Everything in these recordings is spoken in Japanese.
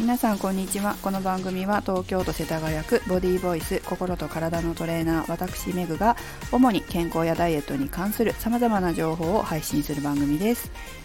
皆さんこんにちは。この番組は東京都世田谷区ボディーボイス心と体のトレーナー私メグが主に健康やダイエットに関する様々な情報を配信する番組です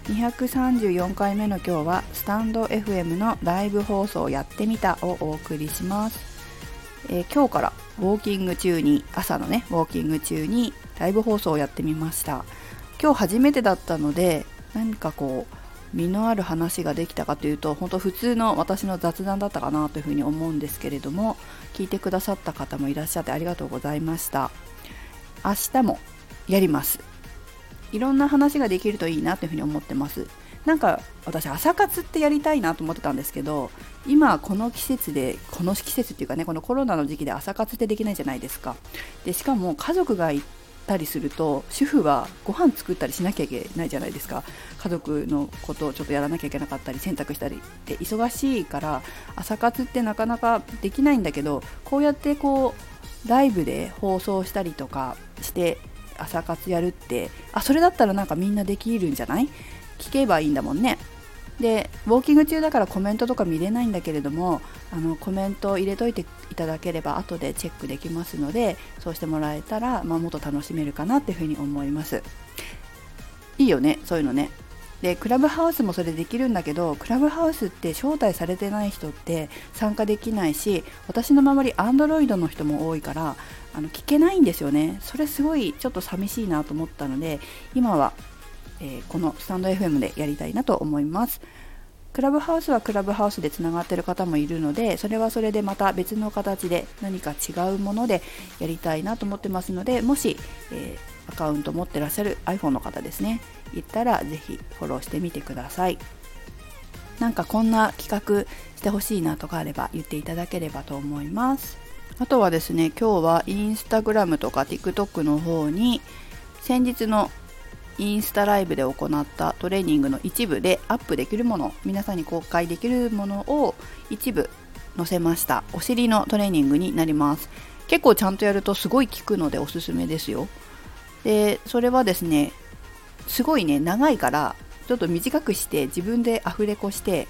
。234回目の今日はスタンド FM のライブ放送やってみたをお送りします。今日から朝のねウォーキング中にライブ放送をやってみました。今日初めてだったので何か身のある話ができたかというと本当普通の私の雑談だったかなというふうに思うんですけれども、聞いてくださった方もいらっしゃってありがとうございました。明日もやります。いろんな話ができるといいなというふうに思ってます。なんか私朝活ってやりたいなと思ってたんですけど、今この季節っていうかね、このコロナの時期で朝活ってできないじゃないですか。でしかも家族がいたりすると主婦はご飯作ったりしなきゃいけないじゃないですか。家族のことをちょっとやらなきゃいけなかったり洗濯したりって忙しいから朝活ってなかなかできないんだけど、こうやってライブで放送したりとかして朝活やるってそれだったらなんかみんなできるんじゃない？聞けばいいんだもんね。でウォーキング中だからコメントとか見れないんだけれども、コメントを入れといていただければ後でチェックできますので、そうしてもらえたら、もっと楽しめるかなっていうふうに思います。いいよね、そういうのね。でクラブハウスもそれできるんだけど、クラブハウスって招待されてない人って参加できないし、私の周りAndroidの人も多いから聞けないんですよね。それすごいちょっと寂しいなと思ったので、今はこのスタンド FM でやりたいなと思います。クラブハウスはクラブハウスでつながっている方もいるので、それはそれでまた別の形で何か違うものでやりたいなと思ってますので、もし、アカウント持ってらっしゃる iPhone の方ですね、いったらぜひフォローしてみてください。なんかこんな企画してほしいなとかあれば言っていただければと思います。あとはですね、今日はインスタグラムとか TikTok の方に先日のインスタライブで行ったトレーニングの一部でアップできるもの、皆さんに公開できるものを一部載せました。お尻のトレーニングになります。結構ちゃんとやるとすごい効くのでおすすめですよ。でそれはですね、すごいね長いからちょっと短くして自分でアテレコして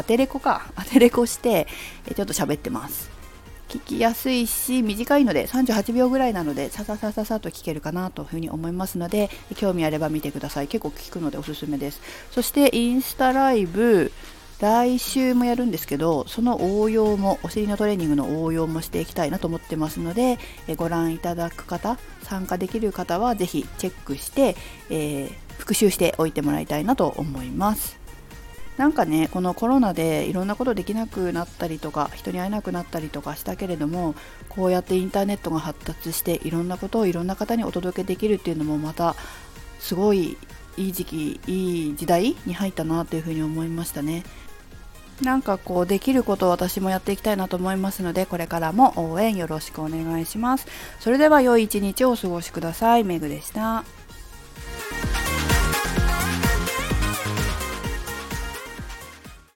ちょっと喋ってます。聞きやすいし短いので38秒ぐらいなのでさささささっと聞けるかなというふうに思いますので、興味あれば見てください。結構聞くのでおすすめです。そしてインスタライブ来週もやるんですけど、その応用もお尻のトレーニングの応用もしていきたいなと思ってますので、ご覧いただく方、参加できる方はぜひチェックして、復習しておいてもらいたいなと思います。なんかね、このコロナでいろんなことできなくなったりとか人に会えなくなったりとかしたけれども、こうやってインターネットが発達していろんなことをいろんな方にお届けできるっていうのもまたすごいいい時代に入ったなというふうに思いましたね。なんかできることを私もやっていきたいなと思いますので、これからも応援よろしくお願いします。それでは良い一日をお過ごしください。メグでした。